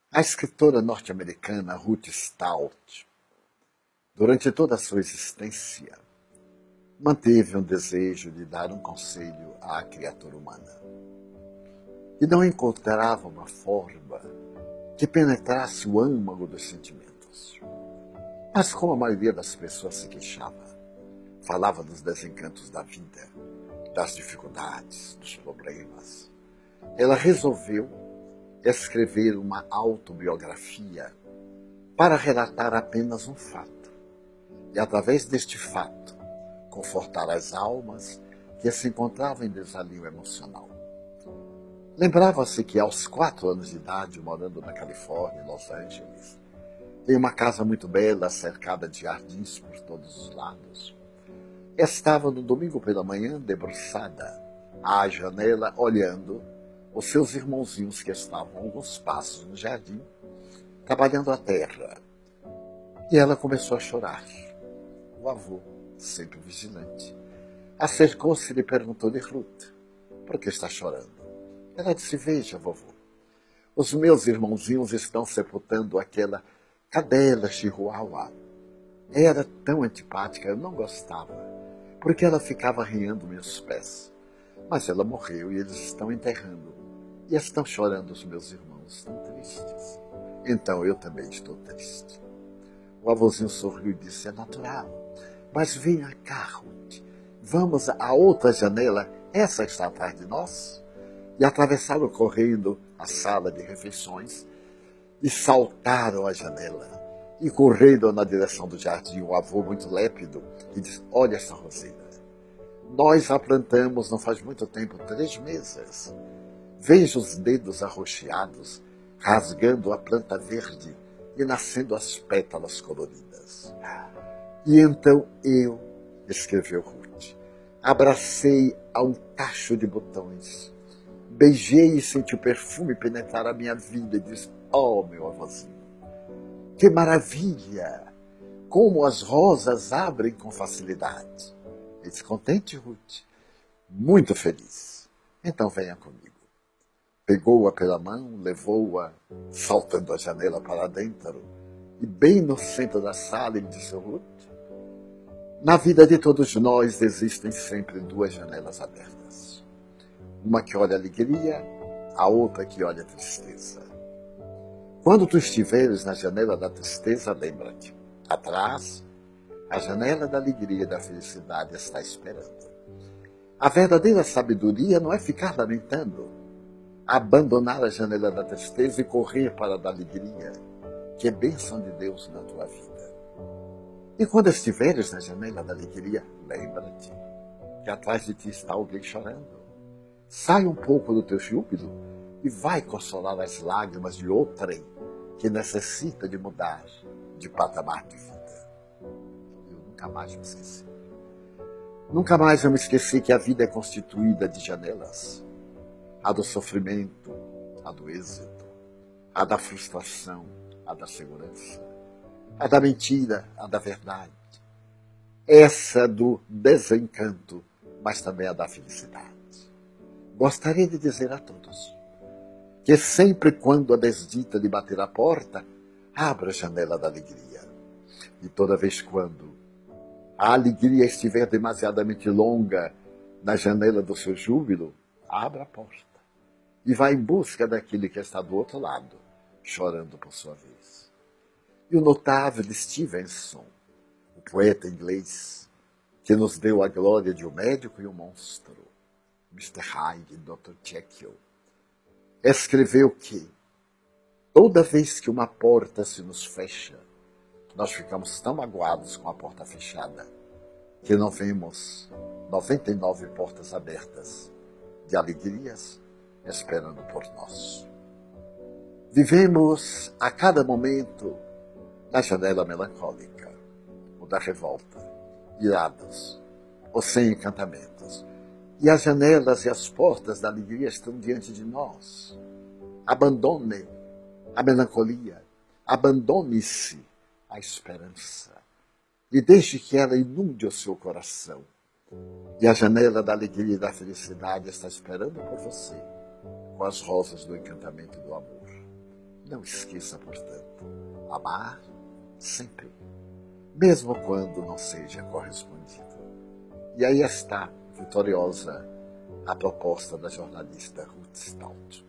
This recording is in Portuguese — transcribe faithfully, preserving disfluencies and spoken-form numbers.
A escritora norte-americana Ruth Stout, durante toda a sua existência, manteve um desejo de dar um conselho à criatura humana. E não encontrava uma forma que penetrasse o âmago dos sentimentos. Mas como a maioria das pessoas se queixava, falava dos desencantos da vida, das dificuldades, dos problemas, ela resolveu escrever uma autobiografia para relatar apenas um fato. E através deste fato, confortar as almas que se encontravam em desalinho emocional. Lembrava-se que aos quatro anos de idade, morando na Califórnia, em Los Angeles, em uma casa muito bela, cercada de jardins por todos os lados, estava no domingo pela manhã debruçada à janela, olhando os seus irmãozinhos que estavam a alguns passos no jardim, trabalhando a terra. E ela começou a chorar. O avô, sempre vigilante, acercou-se e lhe perguntou-lhe: Ruth, por que está chorando? Ela disse: veja, vovô, os meus irmãozinhos estão sepultando aquela cadela chihuahua. Era tão antipática, eu não gostava, porque ela ficava arranhando meus pés. Mas ela morreu e eles estão enterrando. E estão chorando os meus irmãos, tão tristes. Então eu também estou triste. O avôzinho sorriu e disse: é natural. Mas venha cá, Ruth. Vamos à outra janela. Essa está atrás de nós. E atravessaram correndo a sala de refeições e saltaram a janela. E correndo na direção do jardim, o avô, muito lépido, e disse: olha essa roseira. Nós a plantamos não faz muito tempo, três meses. Veja os dedos arroxeados, rasgando a planta verde e nascendo as pétalas coloridas. E então eu, escreveu Ruth, abracei a um cacho de botões, beijei e senti o perfume penetrar a minha vida e disse: oh, meu avôzinho, que maravilha! Como as rosas abrem com facilidade. Ele disse: contente, Ruth? Muito feliz. Então venha comigo. Pegou-a pela mão, levou-a saltando a janela para dentro e bem no centro da sala ele disse: Ruth, na vida de todos nós existem sempre duas janelas abertas. Uma que olha a alegria, a outra que olha a tristeza. Quando tu estiveres na janela da tristeza, lembra-te, atrás, a janela da alegria e da felicidade está esperando. A verdadeira sabedoria não é ficar lamentando, abandonar a janela da tristeza e correr para a da alegria, que é bênção de Deus na tua vida. E quando estiveres na janela da alegria, lembra-te que atrás de ti está alguém chorando. Sai um pouco do teu júbilo e vai consolar as lágrimas de outrem que necessita de mudar de patamar de vida. Eu nunca mais me esqueci. Nunca mais eu me esqueci que a vida é constituída de janelas. A do sofrimento, a do êxito, a da frustração, a da segurança, a da mentira, a da verdade. Essa do desencanto, mas também a da felicidade. Gostaria de dizer a todos que sempre quando a desdita lhe bater a porta, abra a janela da alegria. E toda vez quando a alegria estiver demasiadamente longa na janela do seu júbilo, abra a porta e vá em busca daquele que está do outro lado, chorando por sua vez. E o notável Stevenson, o poeta inglês, que nos deu a glória de um médico e um monstro, mister Hyde, doutor Jekyll, escreveu que toda vez que uma porta se nos fecha, nós ficamos tão magoados com a porta fechada que não vemos noventa e nove portas abertas de alegrias esperando por nós. Vivemos a cada momento na janela melancólica, ou da revolta, irados, ou sem encantamentos. E as janelas e as portas da alegria estão diante de nós. Abandone a melancolia, abandone-se à esperança e deixe que ela inunde o seu coração. E a janela da alegria e da felicidade está esperando por você, com as rosas do encantamento e do amor. Não esqueça, portanto, amar sempre, mesmo quando não seja correspondido. E aí está, vitoriosa, a proposta da jornalista Ruth Stout.